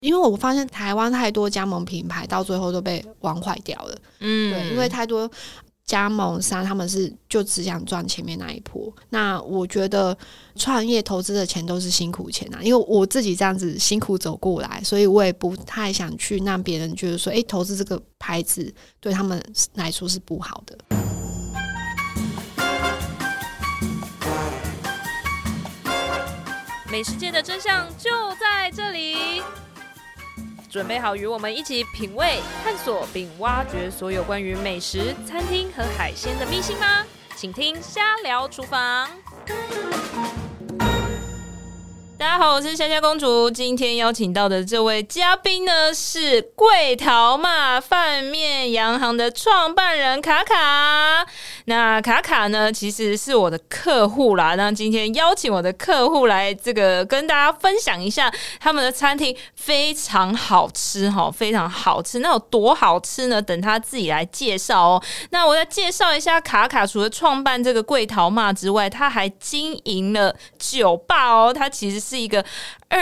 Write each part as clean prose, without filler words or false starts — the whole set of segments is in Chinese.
因为我发现台湾太多加盟品牌到最后都被玩坏掉了。对，因为太多加盟商他们就只想赚前面那一波。那我觉得创业投资的钱都是辛苦钱啊，因为我自己这样子辛苦走过来，所以我也不太想去让别人觉得说投资这个牌子对他们来说是不好的。 美食界的真相就在这里，准备好与我们一起品味、探索并挖掘所有关于美食、餐厅和海鲜的秘辛吗？请听瞎聊厨房。大家好，我是虾虾公主。今天邀请到的这位嘉宾呢，是贵桃妈饭面洋行的创办人卡卡。那卡卡呢，其实是我的客户啦。那今天邀请我的客户来跟大家分享一下他们的餐厅，非常好吃非常好吃。那有多好吃呢？等他自己来介绍哦。那我再介绍一下卡卡，除了创办这个贵桃妈之外，他还经营了酒吧哦。他其实是一个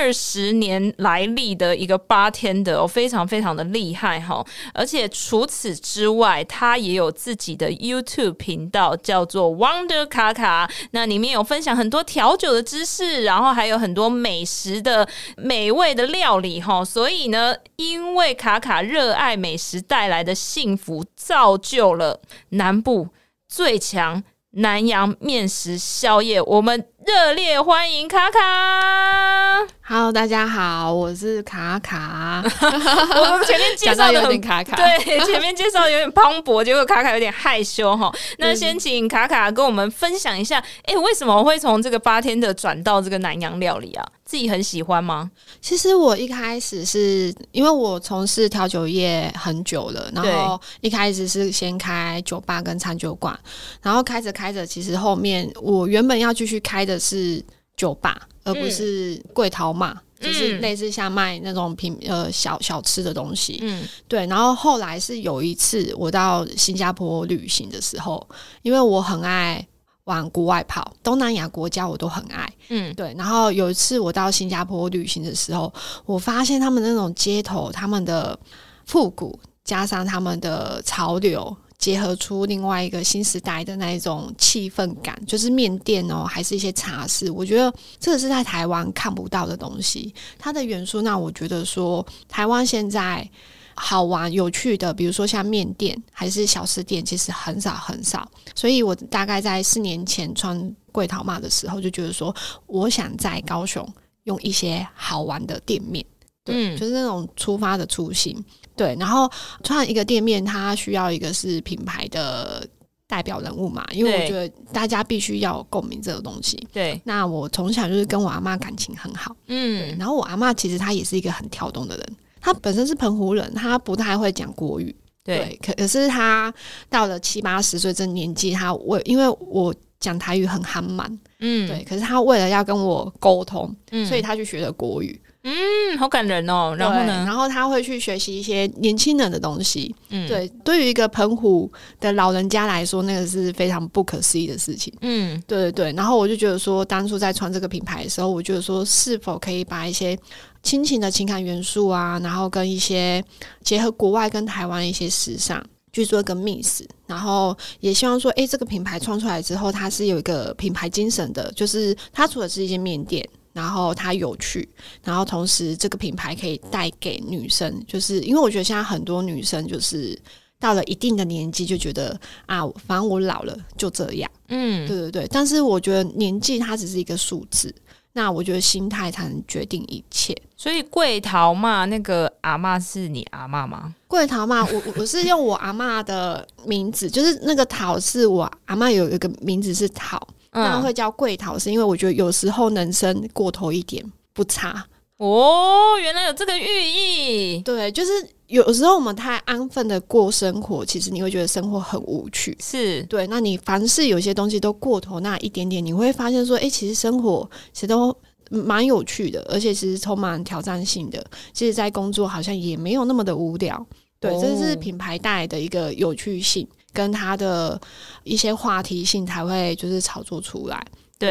20年来历的一个bartender非常非常的厉害而且除此之外，他也有自己的 YouTube 频道，叫做 Wonder 卡卡。那里面有分享很多调酒的知识，然后还有很多美食的美味的料理所以呢，因为卡卡热爱美食带来的幸福，造就了南部最强南洋面食宵夜。我们热烈欢迎卡卡。 Hello， 大家好，我是卡卡。 我们前面介绍的有点卡卡， 对，前面介绍有点磅礴，结果卡卡有点害羞那先请卡卡跟我们分享一下，为什么会从这个bartender转到这个南洋料理啊？自己很喜欢吗？ 其实我一开始是因为我从事调酒业很久了，然后一开始是先开酒吧跟餐酒馆，然后开着，其实后面我原本要继续开的是酒吧，而不是贵桃妈，就是类似像卖那种小吃的东西。对。然后后来是有一次我到新加坡旅行的时候，因为我很爱往国外跑，东南亚国家我都很爱。对。然后有一次我到新加坡旅行的时候，我发现他们那种街头，他们的复古加上他们的潮流，结合出另外一个新时代的那一种气氛感，就是面店还是一些茶室，我觉得这个是在台湾看不到的东西，它的元素。那我觉得说台湾现在好玩有趣的，比如说像面店还是小吃店，其实很少很少。所以我大概在4年前创贵桃妈的时候，就觉得说我想在高雄用一些好玩的店面，对，就是那种出发的初心。对。然后创一个店面，它需要一个是品牌的代表人物嘛，因为我觉得大家必须要有共鸣这个东西。 对。 那我从小就是跟我阿嬷感情很好。对。然后我阿嬷其实她也是一个很跳动的人，她本身是澎湖人，她不太会讲国语。对。可是她到了70、80岁这年纪，因为我讲台语很含满。对。可是她为了要跟我沟通，所以她去学了国语。 好感人哦。然后呢？ 然后他会去学习一些年轻人的东西。对，对于一个澎湖的老人家来说，那个是非常不可思议的事情。对。然后我就觉得说，当初在创这个品牌的时候，我觉得说是否可以把一些亲情的情感元素啊，然后跟一些结合国外跟台湾一些时尚去做一个 mix， 然后也希望说这个品牌创出来之后，它是有一个品牌精神的，就是它除了是一间面店，然后它有趣，然后同时这个品牌可以带给女生，就是因为我觉得现在很多女生就是到了一定的年纪就觉得反正我老了就这样。对。但是我觉得年纪它只是一个数字，那我觉得心态才能决定一切。 所以贵桃妈那个阿嬷是你阿嬷吗？ 贵桃妈我是用我阿嬷的名字，就是那个桃是我阿嬷有一个名字是桃，那会叫贵桃，是因为我觉得有时候能生过头一点不差。 原来有这个寓意。 对，就是有时候我们太安分的过生活，其实你会觉得生活很无趣。 是。 对。那你凡事有些东西都过头那一点点，你会发现说其实生活其实都蛮有趣的，而且其实充满挑战性的，其实在工作好像也没有那么的无聊。对。这是品牌带来的一个有趣性跟它的一些话题性才会就是炒作出来。 对。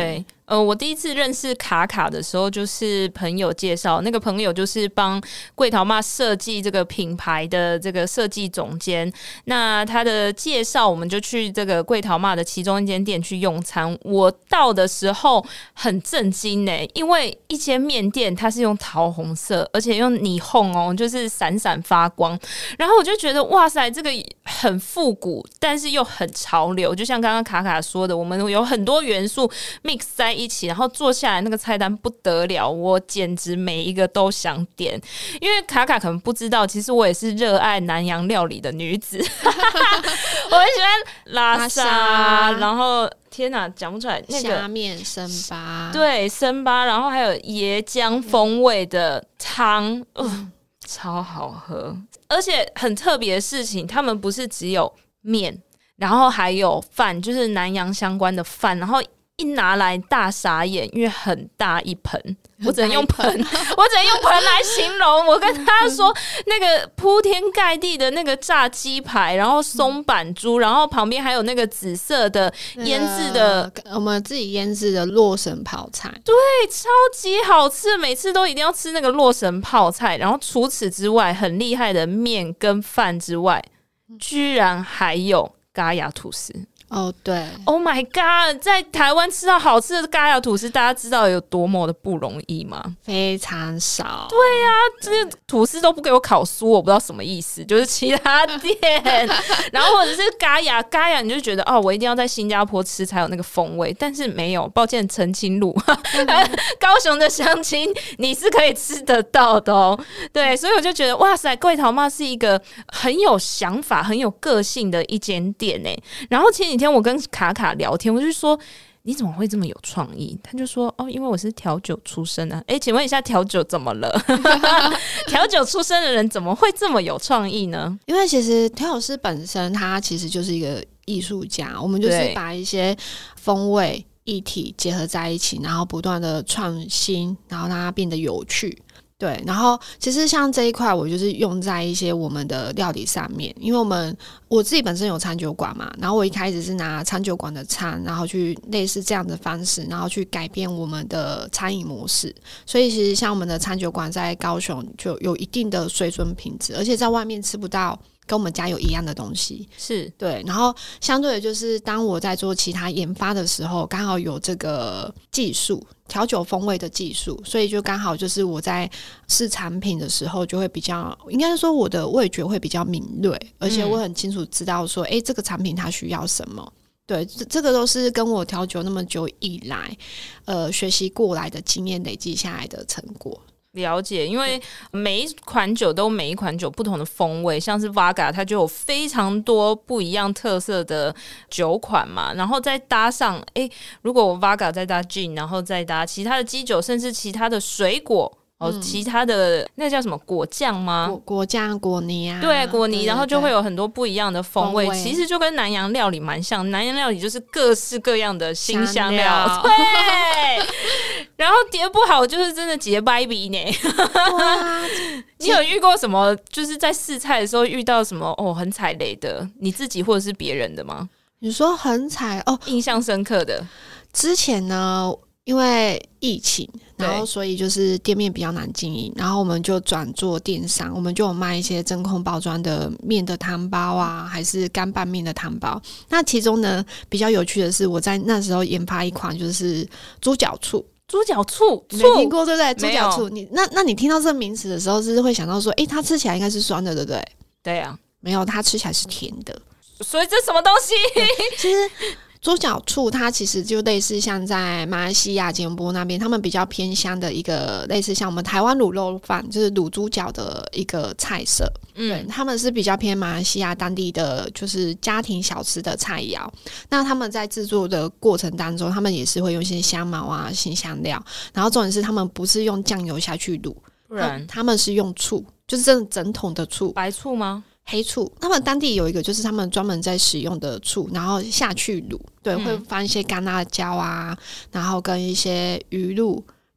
我第一次认识卡卡的时候，就是朋友介绍，那个朋友就是帮贵桃妈设计这个品牌的这个设计总监。那他的介绍，我们就去这个贵桃妈的其中一间店去用餐。我到的时候很震惊欸，因为一间面店它是用桃红色，而且用霓虹哦，就是闪闪发光。然后我就觉得哇塞，这个很复古，但是又很潮流。就像刚刚卡卡说的，我们有很多元素 mix 在一起，然后做下来那个菜单不得了，我简直每一个都想点。因为卡卡可能不知道，其实我也是热爱南洋料理的女子，我很喜欢拉沙，然后天哪，讲不出来那个虾面生巴， 对，生巴，然后还有椰浆风味的汤，超好喝。而且很特别的事情，他们不是只有面，然后还有饭，就是南洋相关的饭，然后一拿来大傻眼，因为很大一盆，我只能用盆来形容。我跟他说，那个铺天盖地的那个炸鸡排，然后松板猪，然后旁边还有那个紫色的腌制的， 我们自己腌制的洛神泡菜， 对，超级好吃，每次都一定要吃那个洛神泡菜。然后除此之外，很厉害的面跟饭之外，居然还有嘎雅吐司。 哦，对 ，Oh my god， 在台湾吃到好吃的嘎雅吐司，大家知道有多么的不容易吗？ 非常少。 对啊，这吐司都不给我烤酥，我不知道什么意思。就是其他店，然后或者是嘎雅，你就觉得哦，我一定要在新加坡吃才有那个风味，但是没有，抱歉，澄清路高雄的乡亲你是可以吃得到的哦。对，所以我就觉得哇塞，贵桃妈是一个很有想法、很有个性的一间店欸。然后前几天我跟卡卡聊天，我就说你怎么会这么有创意？他就说哦，因为我是调酒出身啊。请问一下，调酒怎么了？调酒出身的人怎么会这么有创意呢？ 因为其实调酒师本身他其实就是一个艺术家，我们就是把一些风味议题结合在一起，然后不断的创新，然后让它变得有趣。对，然后其实像这一块我就是用在一些我们的料理上面，因为我自己本身有餐酒馆嘛，然后我一开始是拿餐酒馆的餐，然后去类似这样的方式，然后去改变我们的餐饮模式。所以其实像我们的餐酒馆在高雄就有一定的水准品质，而且在外面吃不到跟我们家有一样的东西， 是对。 然后相对的就是当我在做其他研发的时候，刚好有这个技术，调酒风味的技术，所以就刚好就是我在试产品的时候就会比较，应该说我的味觉会比较敏锐，而且我很清楚知道说这个产品它需要什么。对，这个都是跟我调酒那么久以来学习过来的经验累积下来的成果。 了解，因为每一款酒都每一款酒不同的风味，像是 Vaga 它就有非常多不一样特色的酒款嘛，然后再搭上如果我 Vaga 再搭 Gin， 然后再搭其他的基酒，甚至其他的水果其他的那叫什么果酱吗？ 果酱、果泥啊， 对，果泥，然后就会有很多不一样的风味。其实就跟南洋料理蛮像，南洋料理就是各式各样的新香料，对。然后叠不好就是真的结掰鼻呢。你有遇过什么？就是在试菜的时候遇到什么很踩雷的，你自己或者是别人的吗？ 你说很踩印象深刻的。 之前呢，因为疫情，然后所以就是店面比较难经营，然后我们就转做电商，我们就有卖一些真空包装的面的汤包啊，还是干拌面的汤包。那其中呢比较有趣的是，我在那时候研发一款就是猪脚醋。 猪脚醋没听过对不对？猪脚醋，那你听到这个名词的时候，是会想到说，它吃起来应该是酸的，对不对？ 对啊， 没有，它吃起来是甜的。 所以这什么东西？ 其实猪脚醋它其实就类似像在马来西亚吉隆坡那边，他们比较偏乡的一个类似像我们台湾卤肉饭，就是卤猪脚的一个菜色。对，他们是比较偏马来西亚当地的就是家庭小吃的菜肴。那他们在制作的过程当中，他们也是会用一些香茅啊、辛香料，然后重点是他们不是用酱油下去卤， 不然他们是用醋，就是真的整桶的醋。 白醋吗？ 黑醋，他们当地有一个就是他们专门在使用的醋，然后下去卤，对，会放一些干辣椒啊，然后跟一些鱼露，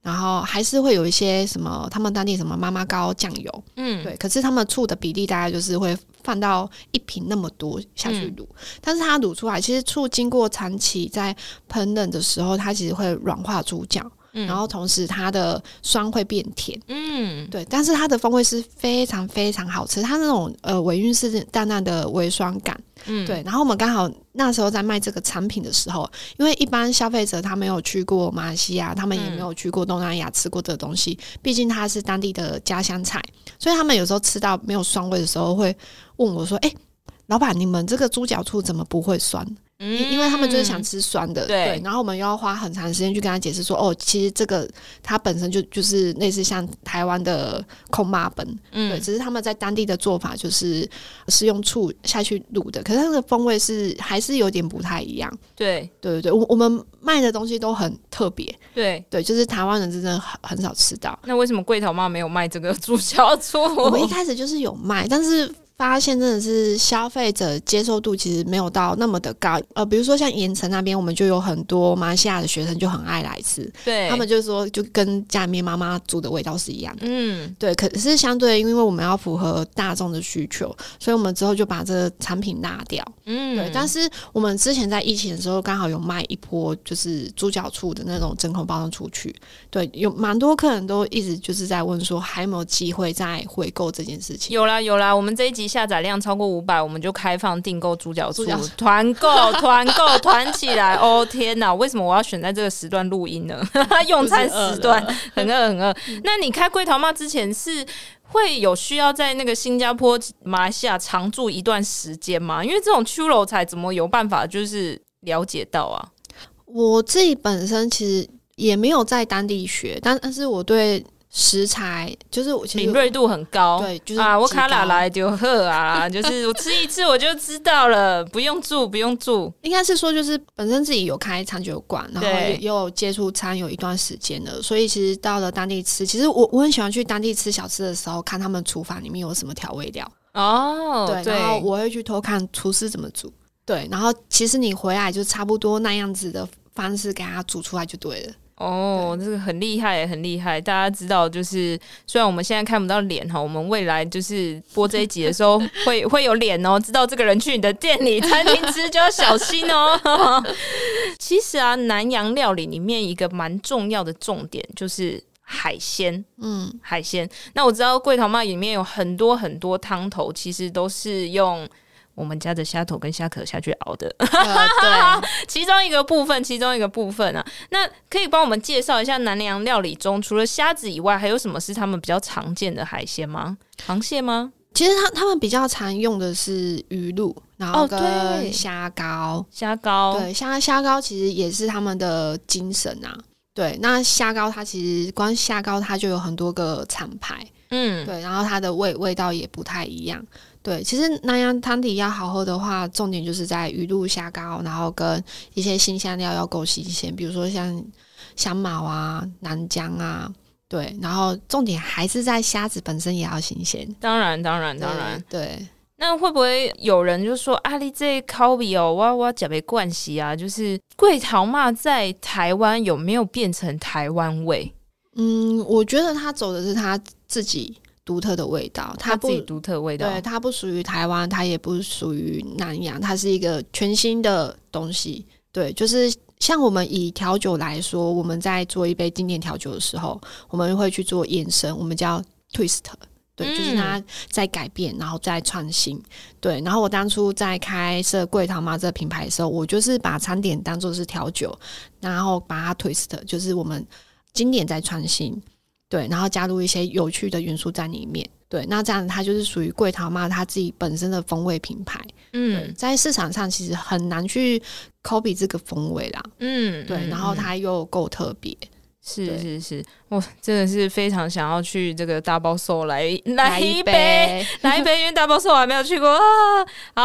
然后还是会有一些什么他们当地什么妈妈膏酱油，对，可是他们醋的比例大概就是会放到1瓶那么多下去卤，但是它卤出来，其实醋经过长期在烹饪的时候，它其实会软化猪脚。然后同时它的酸会变甜，对，但是它的风味是非常非常好吃，它那种尾韵是淡淡的微酸感，对。然后我们刚好那时候在卖这个产品的时候，因为一般消费者他没有去过马来西亚，他们也没有去过东南亚吃过这个东西，毕竟它是当地的家乡菜，所以他们有时候吃到没有酸味的时候会问我说老板你们这个猪脚醋怎么不会酸？因为他们就是想吃酸的，对，然后我们又要花很长时间去跟他解释说，其实这个它本身就是类似像台湾的控麻本，对，只是他们在当地的做法是用醋下去卤的，可是它的风味还是有点不太一样，对，我们卖的东西都很特别，对，就是台湾人真的很少吃到。 那为什么贵头妈没有卖这个猪脚醋？ 我们一开始就是有卖，但是发现真的是消费者接受度其实没有到那么的高，比如说像盐城那边，我们就有很多马来西亚的学生就很爱来吃，对，他们就说就跟家里面妈妈煮的味道是一样的，对。可是相对因为我们要符合大众的需求，所以我们之后就把这个产品拿掉，对。但是我们之前在疫情的时候刚好有卖一波就是猪脚醋的那种真空包装出去，对，有蛮多客人都一直就是在问说还有没有机会再回购这件事情。 有啦，我们这一集下载量超过500，我们就开放订购猪脚醋，团购团起来！哦天哪，为什么我要选在这个时段录音呢？用餐时段很饿。那你开龟头妈之前是会有需要在那个新加坡、马来西亚常住一段时间吗？因为这种秋楼菜怎么有办法就是了解到啊？ 我自己本身其实也没有在当地学，但是我对食材就是我敏锐度很高， 对，就是我卡拉来就喝啊，就是我吃一次我就知道了，不用住。 应该是说，就是本身自己有开餐酒馆，然后也有接触餐有一段时间了，所以其实到了当地吃，其实我很喜欢去当地吃小吃的时候，看他们厨房里面有什么调味料对，然后我会去偷看厨师怎么煮，对，然后其实你回来就差不多那样子的方式给它煮出来就对了。 这个很厉害，很厉害！大家知道，就是虽然我们现在看不到脸哈，我们未来就是播这一集的时候会有脸哦，知道这个人去你的店里餐厅吃就要小心哦。其实啊，南洋料理里面一个蛮重要的重点就是海鲜，海鲜。那我知道贵头妈里面有很多很多汤头，其实都是用我们家的虾头跟虾壳下去熬的，对，其中一个部分啊。那可以帮我们介绍一下南洋料理中除了虾子以外，还有什么是他们比较常见的海鲜吗？螃蟹吗？ 其实他们比较常用的是鱼露，然后跟虾膏，对，虾膏其实也是他们的精神啊。对，那虾膏它其实光虾膏它就有很多个厂牌，对，然后它的味道也不太一样。对，其实南洋汤底要好喝的话，重点就是在鱼露、虾膏，然后跟一些新香料要够新鲜，比如说像香茅啊、南姜啊，对，然后重点还是在虾子本身也要新鲜。 当然， 对。 那会不会有人就说你这烤比我吃不惯习啊？就是贵头妈在台湾有没有变成台湾味？ 我觉得他走的是他自己独特的味道， 他自己独特的味道， 对，它不属于台湾，它也不属于南洋，它是一个全新的东西。对，就是像我们以调酒来说，我们在做一杯经典调酒的时候，我们会去做延伸，我们叫 twist。对，就是它在改变，然后再创新。对，然后我当初在开设贵头妈这个品牌的时候，我就是把餐点当作是调酒，然后把它 twist， 就是我们经典在创新。对，然后加入一些有趣的元素在里面。对，那这样它就是属于贵头妈它自己本身的风味品牌。对，在市场上其实很难去 copy 这个风味啦。对，然后它又够特别。 是，我真的是非常想要去这个大包寿来一杯，因为大包寿我还没有去过啊。好，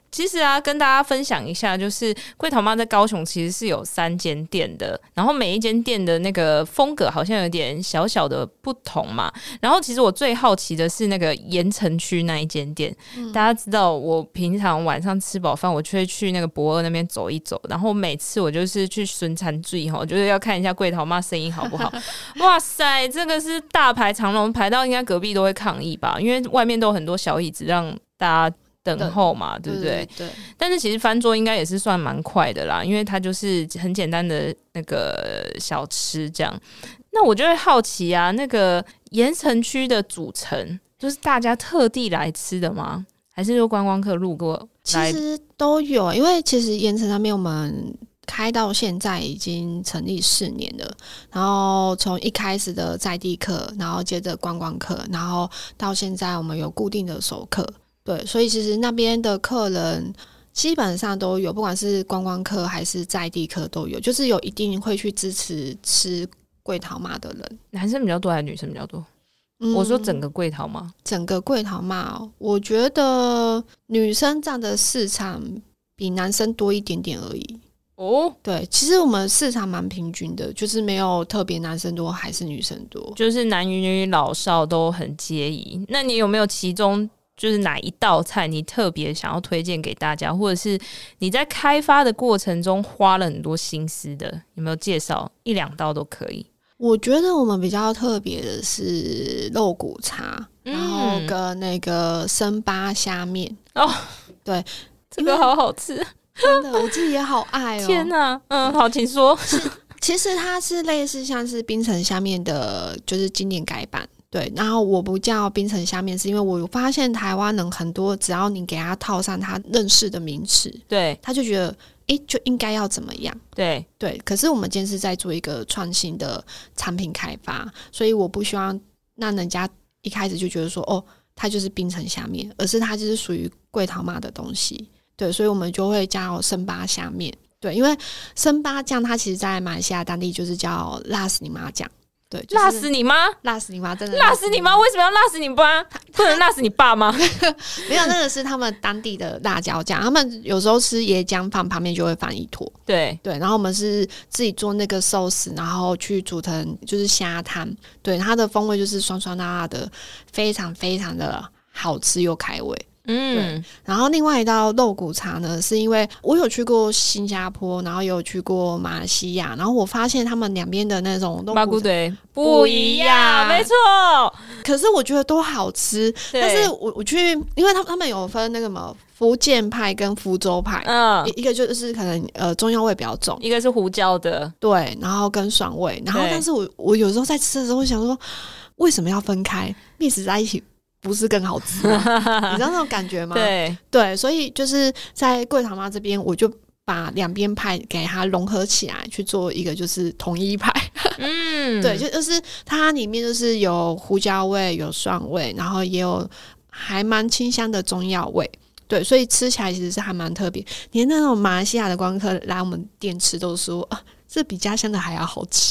其实啊，跟大家分享一下，就是桂桃妈在高雄其实是有3间店的，然后每一间店的那个风格好像有点小小的不同嘛。然后其实我最好奇的是那个盐埕区那一间店，大家知道我平常晚上吃饱饭，我就会去那个博二那边走一走，然后每次我就是去巡餐醉吼，就是要看一下桂桃妈生意好不好。哇塞，这个是大排长龙，排到应该隔壁都会抗议吧，因为外面都有很多小椅子让大家等候嘛，对不对？ 对。 但是其实翻桌应该也是算蛮快的啦，因为它就是很简单的那个小吃这样。那我就会好奇啊，那个盐埕区的组成，就是大家特地来吃的吗？还是说观光客路过来？ 其实都有，因为其实盐埕那边我们开到现在已经成立4年了，然后从一开始的在地客，然后接着观光客，然后到现在我们有固定的熟客。对，所以其实那边的客人基本上都有，不管是观光客还是在地客都有，就是有一定会去支持吃桂桃妈的人。 男生比较多还是女生比较多？我说整个桂桃妈， 整个桂桃妈，我觉得女生占的市场比男生多一点点而已。 哦， 对，其实我们市场蛮平均的，就是没有特别男生多还是女生多， 就是男女老少都很皆宜。那你有没有其中就是哪一道菜你特别想要推荐给大家，或者是你在开发的过程中花了很多心思的，有没有介绍1、2道都可以？ 我觉得我们比较特别的是肉骨茶，然后跟那个生巴虾面。 哦， 对， 这个好好吃， 真的，我自己也好爱哦。 天哪，好，请说。 其实它是类似像是冰城虾面的，就是经典改版。对，然后我不叫冰城虾面，是因为我发现台湾人很多，只要你给他套上他认识的名词， 对， 他就觉得就应该要怎么样。 对对，可是我们今天是在做一个创新的产品开发，所以我不希望让人家一开始就觉得说它就是冰城虾面，而是它就是属于桂桃妈的东西。对，所以我们就会加生巴虾面。对，因为生巴酱它其实在马来西亚当地就是叫辣死你妈酱。对，就是、 辣死你妈！ 辣死你妈！真的辣死你妈！为什么要辣死你爸？不能辣死你爸吗？ 没有，那个是他们当地的辣椒酱。他们有时候吃椰浆放旁边就会放一坨。 对对，然后我们是自己做那个寿司，然后去煮成就是虾汤。对，它的风味就是酸酸辣辣的，非常非常的好吃又开胃。对，然后另外一道肉骨茶呢，是因为我有去过新加坡，然后也有去过马来西亚，然后我发现他们两边的那种肉骨茶不一样，没错。 可是我觉得都好吃，但是我去，因为他们有分那个什么福建派跟福州派，一个就是可能中药味比较重， 一个是胡椒的， 对，然后跟爽味，然后但是我有时候在吃的时候，我想说为什么要分开？mix 在一起不是更好吃吗？你知道那种感觉吗？对，所以就是在桂桃妈这边，我就把两边派给它融合起来，去做一个就是统一派。对，就是它里面就是有胡椒味，有蒜味，然后也有还蛮清香的中药味。对，所以吃起来其实是还蛮特别。连那种马来西亚的观光客来我们店吃都说这比家乡的还要好吃。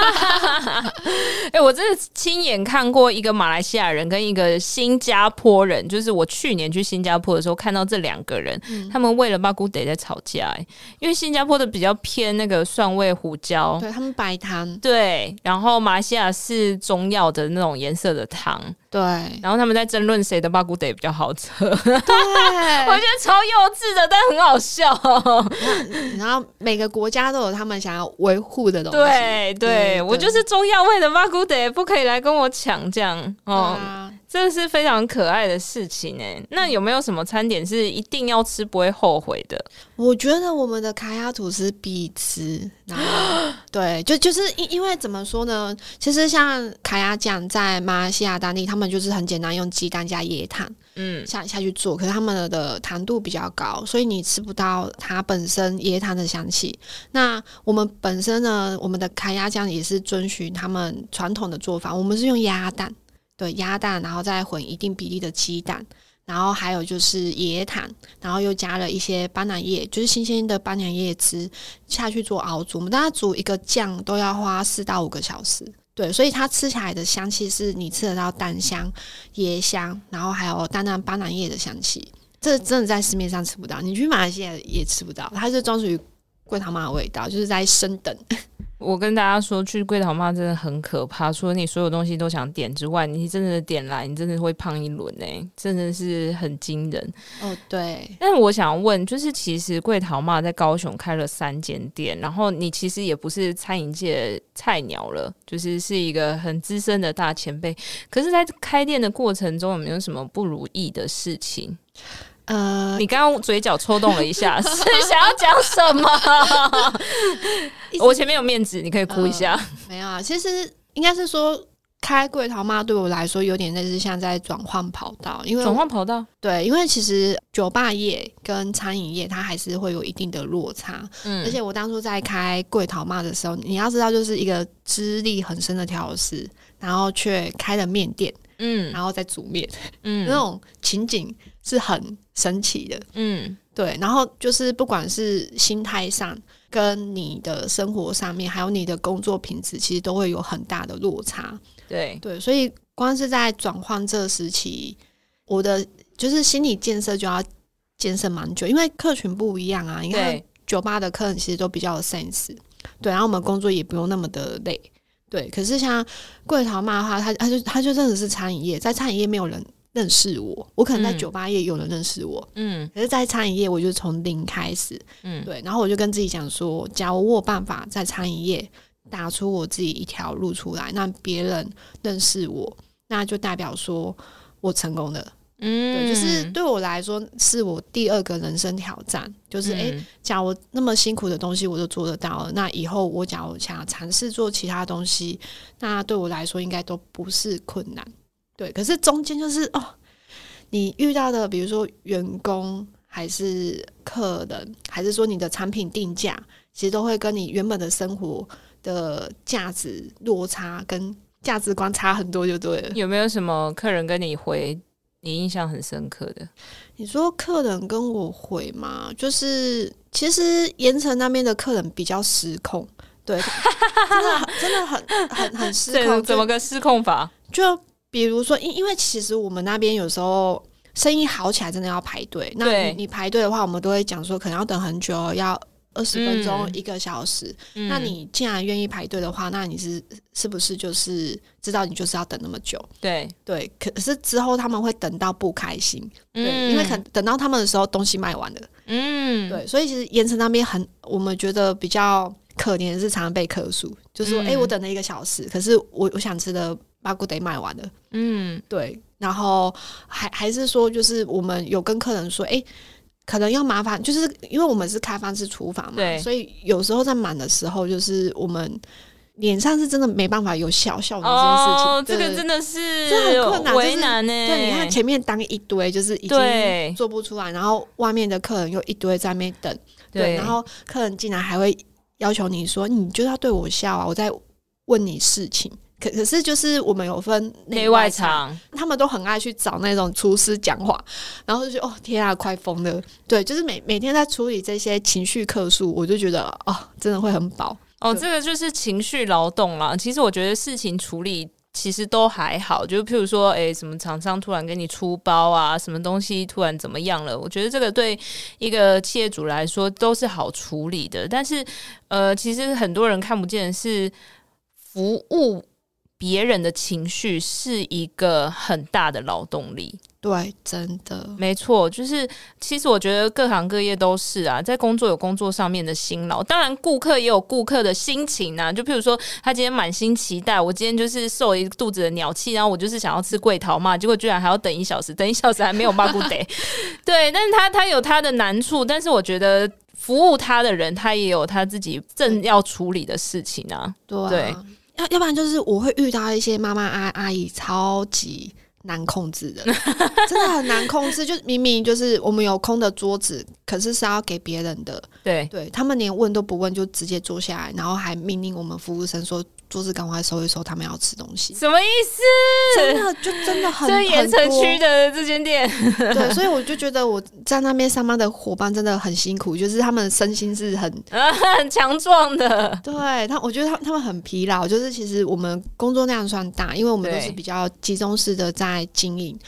我真的亲眼看过一个马来西亚人跟一个新加坡人，就是我去年去新加坡的时候看到这2个人，他们为了巴姑得在吵架。因为新加坡的比较偏那个蒜味胡椒， 对，他们白汤， 对，然后马来西亚是中药的那种颜色的汤， 对， 然后他们在争论谁的巴姑得比较好喝。对，我觉得超幼稚的，但很好笑。 然后每个国家都有他们想要维护的东西。 对，我就是中药味的巴姑得，不可以来跟我抢这样这是非常可爱的事情那有没有什么餐点是一定要吃不会后悔的？ 我觉得我们的卡雅吐司必吃，然后对，就是因为怎么说呢？其实像卡雅酱在马来西亚当地，他们就是很简单，用鸡蛋加椰糖下去做，可是他们的糖度比较高，所以你吃不到它本身椰糖的香气。那我们本身呢，我们的卡雅酱也是遵循他们传统的做法，我们是用鸭蛋。对，鸭蛋，然后再混一定比例的鸡蛋，然后还有就是椰糖，然后又加了一些斑斓叶，就是新鲜的斑斓叶汁下去做熬煮。我们大概煮一个酱都要花4到5个小时。对，所以它吃起来的香气是你吃得到蛋香、椰香，然后还有淡淡斑斓叶的香气。 这真的在市面上吃不到，你去马来西亚也吃不到，它是专属于桂桃妈的味道，就是在升等。 我跟大家说，去桂桃妈真的很可怕，除了你所有东西都想点之外，你真的点来，你真的会胖一轮真的是很惊人。 哦，对。 但是我想问，就是其实桂桃妈在高雄开了3间店，然后你其实也不是餐饮界菜鸟了，就是一个很资深的大前辈。可是，在开店的过程中，有没有什么不如意的事情？你刚刚嘴角抽动了一下，是想要讲什么？我前面有面子，你可以哭一下。 没有啊，其实应该是说开桂桃妈对我来说有点类似像在转换跑道，因为转换跑道， 对，因为其实酒吧业跟餐饮业它还是会有一定的落差。而且我当初在开桂桃妈的时候，你要知道，就是一个资历很深的调酒师，然后却开了面店，然后再煮面，那种情景是很神奇的。对，然后就是不管是心态上跟你的生活上面，还有你的工作品质，其实都会有很大的落差。对，所以光是在转换这时期，我的就是心理建设就要建设蛮久，因为客群不一样啊。你看酒吧的客人其实都比较有 sense， 对，然后我们工作也不用那么的累。对，可是像桂桃妈的话，他就真的是餐饮业，在餐饮业没有人认识我可能在酒吧业有人认识我，可是在餐饮业我就从零开始，对，然后我就跟自己讲说，假如我有办法在餐饮业打出我自己一条路出来，让别人认识我，那就代表说我成功了。对，就是对我来说是我第2个人生挑战，就是假如我那么辛苦的东西我都做得到了，那以后我假如想尝试做其他东西，那对我来说应该都不是困难。对，可是中间就是你遇到的比如说员工还是客人，还是说你的产品定价，其实都会跟你原本的生活的价值落差跟价值观差很多就对了。 有没有什么客人跟你回你印象很深刻的？ 你说客人跟我回吗？就是其实盐城那边的客人比较失控，对，真的很失控。 怎么个失控法？ 就比如说因为其实我们那边有时候生意好起来真的要排队，那你排队的话我们都会讲说可能要等很久，要20分钟1个小时，那你既然愿意排队的话，那你是不是就是知道你就是要等那么久？对，可是之后他们会等到不开心，对，因为可能等到他们的时候东西卖完了，对，所以其实盐城那边我们觉得比较可怜的是常常被客诉，就是说我等了1个小时，可是我想吃的巴古得卖完了，对，然后还是说就是我们有跟客人说可能要麻烦，就是因为我们是开放式厨房嘛，所以有时候在满的时候，就是我们脸上是真的没办法有笑的这件事情。 这个真的是这很困难， 为难对，你看前面当一堆，就是已经做不出来，然后外面的客人又一堆在那边等，对，然后客人进来还会要求你说，你就要对我笑啊，我在问你事情。可是就是我们有分内外场，他们都很爱去找那种厨师讲话，然后就觉得天啊快疯了。对，就是每天在处理这些情绪客诉，我就觉得真的会很饱。 这个就是情绪劳动啦。其实我觉得事情处理其实都还好，就譬如说什么厂商突然给你出包啊，什么东西突然怎么样了，我觉得这个对一个企业主来说都是好处理的。但是其实很多人看不见的是服务别人的情绪是一个很大的劳动力。 对，真的没错，就是其实我觉得各行各业都是啊，在工作有工作上面的辛劳，当然顾客也有顾客的心情啊。就譬如说他今天满心期待，我今天就是受一肚子的鸟气，然后我就是想要吃桂桃嘛，结果居然还要等1小时，等1小时还没有麻古得对，但是他有他的难处，但是我觉得服务他的人他也有他自己正要处理的事情啊。对， 要不然就是我会遇到一些妈妈阿姨超级难控制的真的很难控制，就明明就是我们有空的桌子，可是是要给别人的，对，他们连问都不问就直接坐下来，然后还命令我们服务生说桌子赶快收一收，他们要吃东西。 什么意思？ 真的很这盐城区的这间店对，所以我就觉得我在那边上班的伙伴真的很辛苦，就是他们身心是很强壮的。 对，我觉得他们很疲劳，就是其实我们工作量算大，因为我们都是比较集中式的在经营。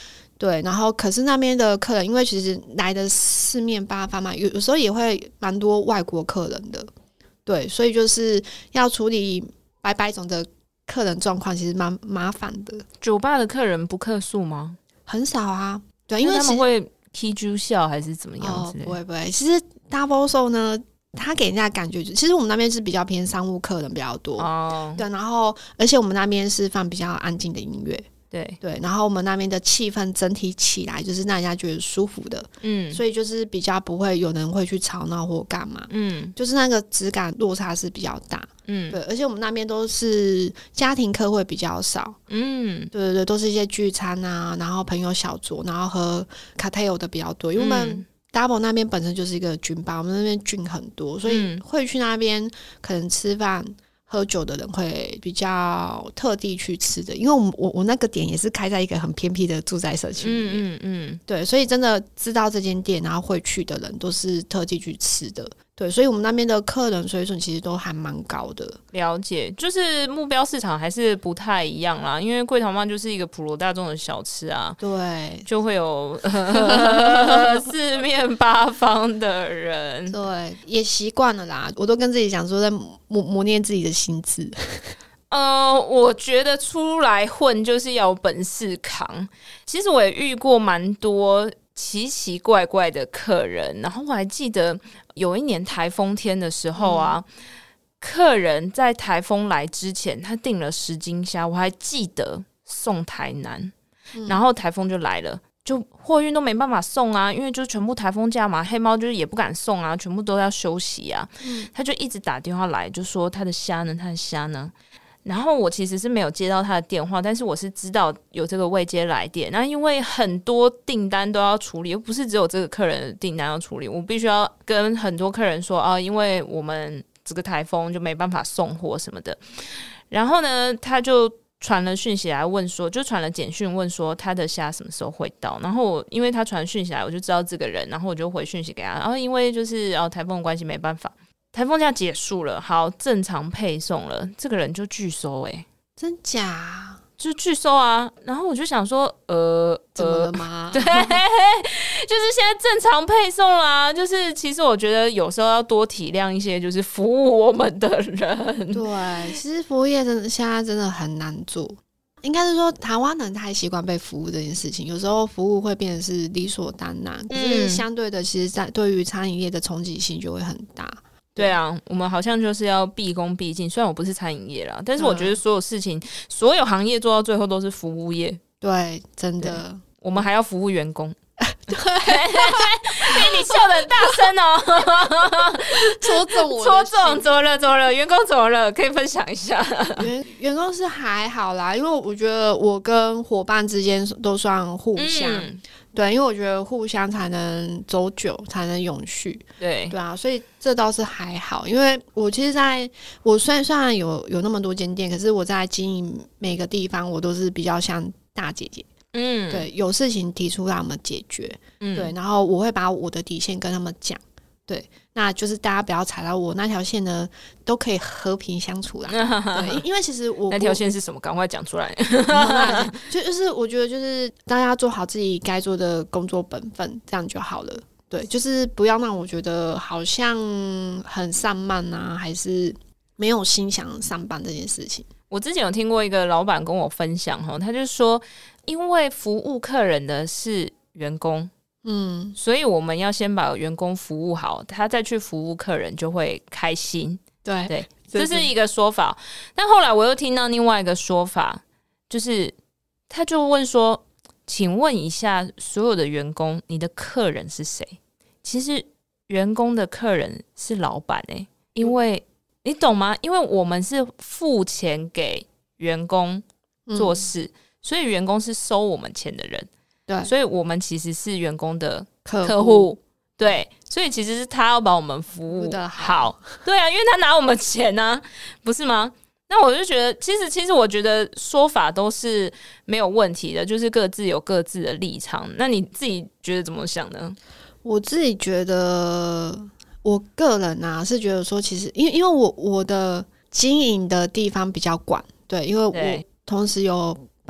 对，然后可是那边的客人，因为其实来的四面八方嘛，有时候也会蛮多外国客人的，对，所以就是要处理百种的客人状况，其实蛮麻烦的。 酒吧的客人不客诉吗？ 很少啊，对，因为他们会踢猪笑还是怎么样之类的？ 不会，其实 Double Soul 呢，他给人家感觉其实我们那边是比较偏商务客人比较多，对，然后而且我们那边是放比较安静的音乐。对，然后我们那边的气氛整体起来就是让人家觉得舒服的，所以就是比较不会有人会去吵闹或干嘛，就是那个质感落差是比较大，对，而且我们那边都是家庭客会比较少，对，都是一些聚餐啊，然后朋友小酌，然后喝 cocktail 的比较多，因为我们 Double 那边本身就是一个军吧，我们那边菌很多，所以会去那边可能吃饭喝酒的人会比较特地去吃的，因为我那个点也是开在一个很偏僻的住宅社区里面，对，所以真的知道这间店然后会去的人都是特地去吃的，对，所以我们那边的客人水准其实都还蛮高的。 了解，就是目标市场还是不太一样啦，因为桂桃妈就是一个普罗大众的小吃啊， 对， 就会有四面八方的人， 对，也习惯了啦，我都跟自己讲说在磨练自己的心智。 我觉得出来混就是要有本事扛。其实我也遇过蛮多奇奇怪怪的客人，然后我还记得有一年台风天的时候啊，客人在台风来之前他订了10斤虾，我还记得送台南，然后台风就来了，就货运都没办法送啊，因为就全部台风假嘛，黑猫就是也不敢送啊，全部都要休息啊，他就一直打电话来，就说他的虾呢，然后我其实是没有接到他的电话，但是我是知道有这个未接来电，那因为很多订单都要处理，又不是只有这个客人的订单要处理，我必须要跟很多客人说啊，因为我们这个台风就没办法送货什么的，然后呢他就传了讯息来问说，就传了简讯问说他的虾什么时候会到，然后因为他传讯息来我就知道这个人，然后我就回讯息给他，然后因为就是台风的关系没办法，台风假结束了，好，正常配送了，这个人就拒收真假？ 就拒收啊！然后我就想说， 怎么了吗？ 对，就是现在正常配送啦。就是其实我觉得有时候要多体谅一些，就是服务我们的人。 对，其实服务业真的现在真的很难做。应该是说台湾人太习惯被服务这件事情，有时候服务会变成是理所当然，可是相对的，其实在对于餐饮业的冲击性就会很大。 对啊，我们好像就是要毕恭毕敬，虽然我不是餐饮业啦，但是我觉得所有事情、所有行业做到最后都是服务业。 对，真的， 我们还要服务员工。对，你笑得很大声哦， 戳中我， 怎么了？员工怎么了？可以分享一下。 员工是还好啦，因为我觉得我跟伙伴之间都算互相。对，因为我觉得互相才能走久，才能永续。对啊，所以这倒是还好。因为我其实我虽然有那么多间店，可是我在经营每个地方，我都是比较像大姐姐。对，有事情提出让他们解决。对，然后我会把我的底线跟他们讲。对，那就是大家不要踩到我那条线呢，都可以和平相处啦。对，因为其实那条线是什么？赶快讲出来。 就是我觉得就是大家做好自己该做的工作本分，这样就好了。对，就是不要让我觉得好像很散漫啊，还是没有心想上班这件事情。 我之前有听过一个老板跟我分享，他就说，因为服务客人的是员工。所以我们要先把员工服务好，他再去服务客人就会开心。对，这是一个说法。但后来我又听到另外一个说法，就是他就问说，请问一下所有的员工，你的客人是谁？其实员工的客人是老板因为你懂吗？因为我们是付钱给员工做事，所以员工是收我们钱的人。对，所以我们其实是员工的客户。对，所以其实是他要把我们服务好。对啊，因为他拿我们钱啊，不是吗？那我就觉得其实我觉得说法都是没有问题的，就是各自有各自的立场。那你自己觉得怎么想呢？ 我自己觉得，我个人啊是觉得说，其实因为我的经营的地方比较广，对，因为我同时有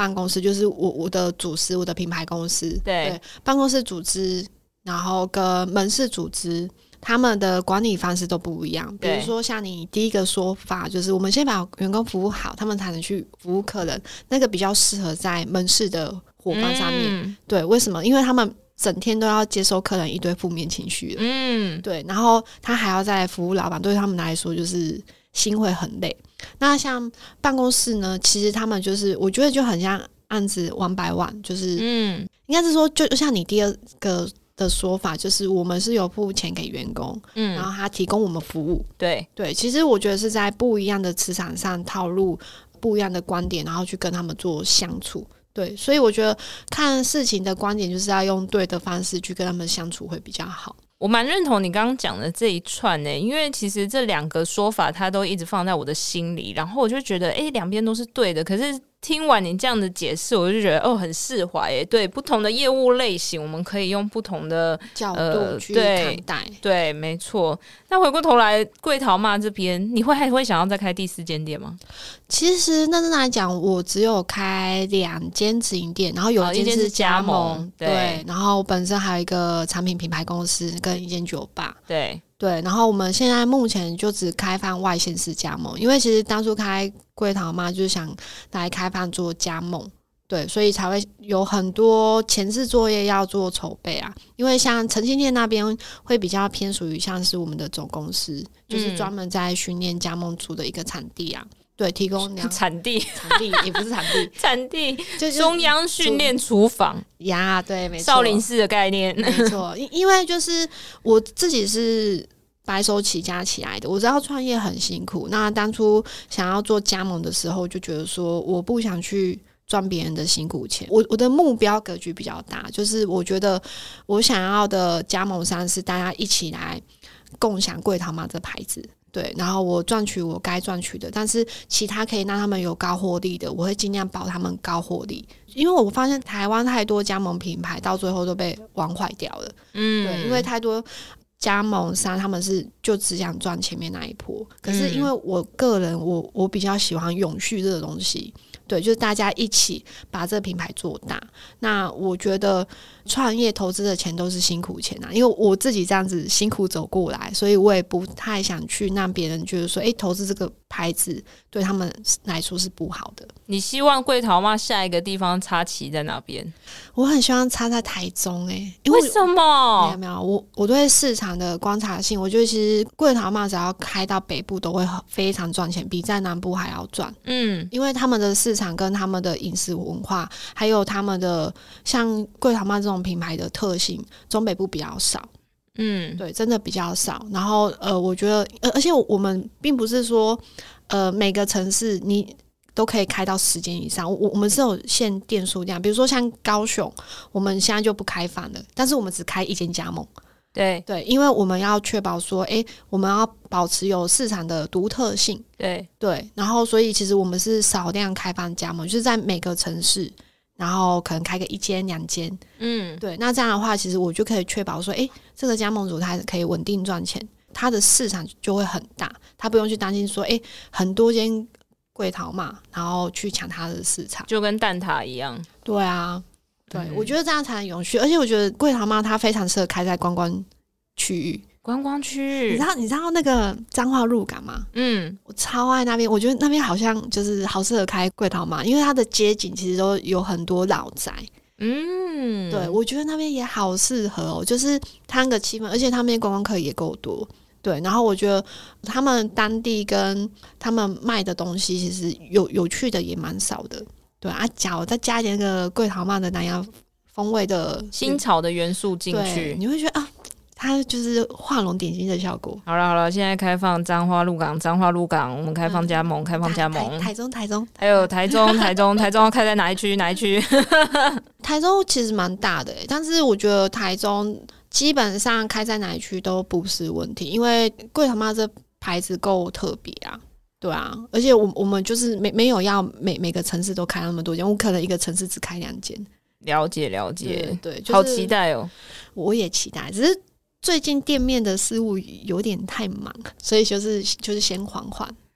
办公室，就是我的组织，我的品牌公司， 对办公室组织，然后跟门市组织。他们的管理方式都不一样，比如说像你第一个说法，就是我们先把员工服务好，他们才能去服务客人，那个比较适合在门市的伙伴上面。对，为什么？因为他们整天都要接受客人一堆负面情绪对，然后他还要再服务老板，对他们来说就是心会很累。那像办公室呢，其实他们就是我觉得就很像案子1 by 1，就是应该是说就像你第二个的说法，就是我们是有付钱给员工，然后他提供我们服务。对，其实我觉得是在不一样的磁场上套入不一样的观点，然后去跟他们做相处。对，所以我觉得看事情的观点就是要用对的方式去跟他们相处会比较好。 我蛮认同你刚刚讲的这一串因为其实这2个说法它都一直放在我的心里，然后我就觉得两边都是对的，可是听完你这样的解释，我就觉得很释怀对，不同的业务类型我们可以用不同的角度去看待对，没错。那回过头来贵淘妈这边，你还会想要再开第4间店吗？ 其实认真来讲，我只有开2间直营店，然后有一间是加盟，对，然后本身还有一个产品品牌公司跟一间酒吧，对，然后我们现在目前就只开放外县市加盟，因为其实当初开贵淘妈就是想来开放做加盟，对，所以才会有很多前置作业要做筹备啊。因为像诚信店那边会比较偏属于像是我们的总公司，就是专门在训练加盟组的一个产地啊。对，提供产地也不是产地， 产地就是中央训练厨房呀，对，没错， 少林寺的概念， 没错。因为就是我自己是白手起家起来的，我知道创业很辛苦。那当初想要做加盟的时候，就觉得说我不想去赚别人的辛苦钱。我的目标格局比较大，就是我觉得我想要的加盟商是大家一起来共享贵淘妈这牌子。对，然后我赚取我该赚取的，但是其他可以让他们有高获利的，我会尽量保他们高获利。因为我发现台湾太多加盟品牌到最后都被玩坏掉了。对，因为太多加盟商他们是就只想赚前面那一波，可是因为我个人我比较喜欢永续这个东西。对，就是大家一起把这个品牌做大。那我觉得创业投资的钱都是辛苦钱啊，因为我自己这样子辛苦走过来，所以我也不太想去让别人觉得说投资这个牌子对他们来说是不好的。 你希望贵淘妈下一个地方插旗在哪边？ 我很希望插在台中为什么？ 没有，我对市场的观察性，我觉得其实贵淘妈只要开到北部都会非常赚钱，比在南部还要赚。因为他们的市场跟他们的饮食文化，还有他们的像贵淘妈这种品牌的特性，中北部比较少。对，真的比较少。然后我觉得而且我们并不是说每个城市你都可以开到10间以上，我们是有限店数量。比如说像高雄，我们现在就不开放了，但是我们只开1间加盟。对，因为我们要确保说我们要保持有市场的独特性。对，然后所以其实我们是少量开放加盟，就是在每个城市然后可能开个1间2间。对，那这样的话其实我就可以确保说这个加盟主他可以稳定赚钱，他的市场就会很大，他不用去担心说很多间贵淘嘛，然后去抢他的市场， 就跟蛋挞一样。 对啊，对，我觉得这样才能永续。而且我觉得贵淘妈它非常适合开在观光区域。 观光区域， 你知道那个彰化鹿港吗？我超爱那边，我觉得那边好像就是好适合开贵淘妈，因为它的街景其实都有很多老宅。对，我觉得那边也好适合就是它那个气氛，而且他们观光客也够多。对，然后我觉得他们当地跟他们卖的东西其实有趣的也蛮少的。对啊，假如再加一点那个贵淘妈的南洋风味的新潮的元素进去， 你会觉得它就是画龙点睛的效果。 好了，现在开放彰化鹿港，我们开放加盟，开放加盟。 台中， 还有台中要开在哪一区？ 台中其实蛮大的但是我觉得台中基本上开在哪一区都不是问题，因为贵淘妈这牌子够特别啊。对啊，而且我们就是没有要每个城市都开那么多间，我可能一个城市只开2间。了解， 对，就是，好期待哦！ 我也期待，只是最近店面的事务有点太忙，所以就是先缓缓。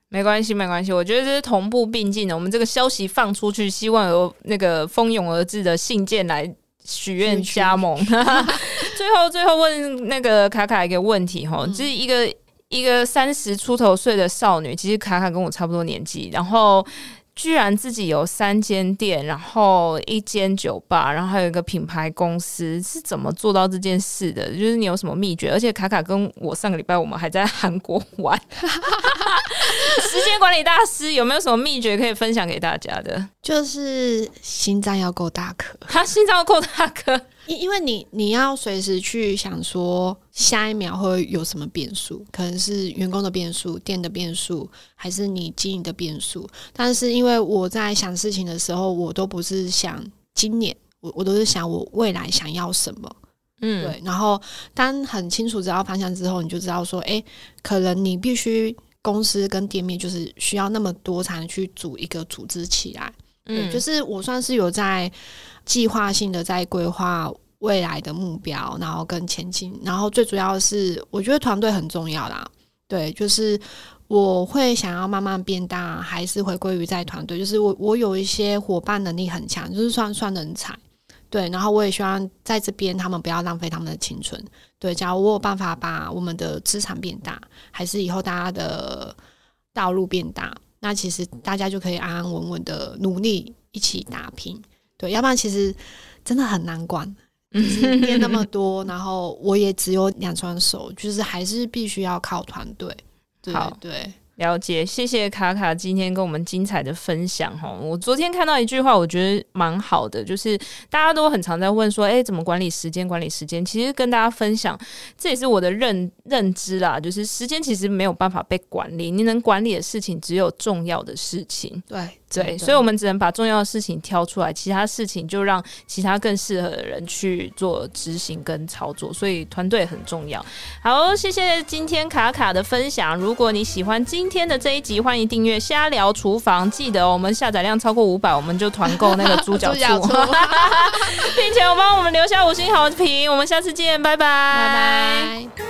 没关系，我觉得这是同步并进的。我们这个消息放出去，希望有那个蜂拥而至的信件来许愿加盟。最后问那个卡卡一个问题哈，就是一个30出头岁的少女，其实卡卡跟我差不多年纪，然后居然自己有3间店，然后1间酒吧，然后还有一个品牌公司，是怎么做到这件事的？就是你有什么秘诀？而且卡卡跟我上个礼拜我们还在韩国玩，时间管理大师有没有什么秘诀可以分享给大家的？ 就是心脏要够大颗， 他心脏要够大颗。 因为你要随时去想说下一秒会有什么变数，可能是员工的变数、店的变数，还是你经营的变数。但是因为我在想事情的时候，我都不是想今年，我都是想我未来想要什么。对。然后当很清楚知道方向之后，你就知道说，可能你必须公司跟店面就是需要那么多才能去组一个组织起来。对，就是我算是有在计划性的在规划未来的目标，然后跟前进，然后最主要的是我觉得团队很重要啦。对，就是我会想要慢慢变大，还是回归于在团队，就是我有一些伙伴能力很强，就是算人才。对，然后我也希望在这边他们不要浪费他们的青春。对，假如我有办法把我们的资产变大，还是以后大家的道路变大，那其实大家就可以安安稳稳的努力一起打拼。对，要不然其实真的很难管，就是店那么多，然后我也只有2双手，就是还是必须要靠团队。对对， 了解，谢谢卡卡今天跟我们精彩的分享。我昨天看到一句话，我觉得蛮好的，就是大家都很常在问说，怎么管理时间？其实跟大家分享，这也是我的认知啦，就是时间其实没有办法被管理，你能管理的事情只有重要的事情。对，所以我们只能把重要的事情挑出来，其他事情就让其他更适合的人去做执行跟操作，所以团队很重要。好，谢谢今天卡卡的分享。如果你喜欢今天的这一集，欢迎订阅瞎聊厨房，记得我们下载量超过500，我们就团购那个猪脚醋并且帮我们留下5星好评。我们下次见，拜拜。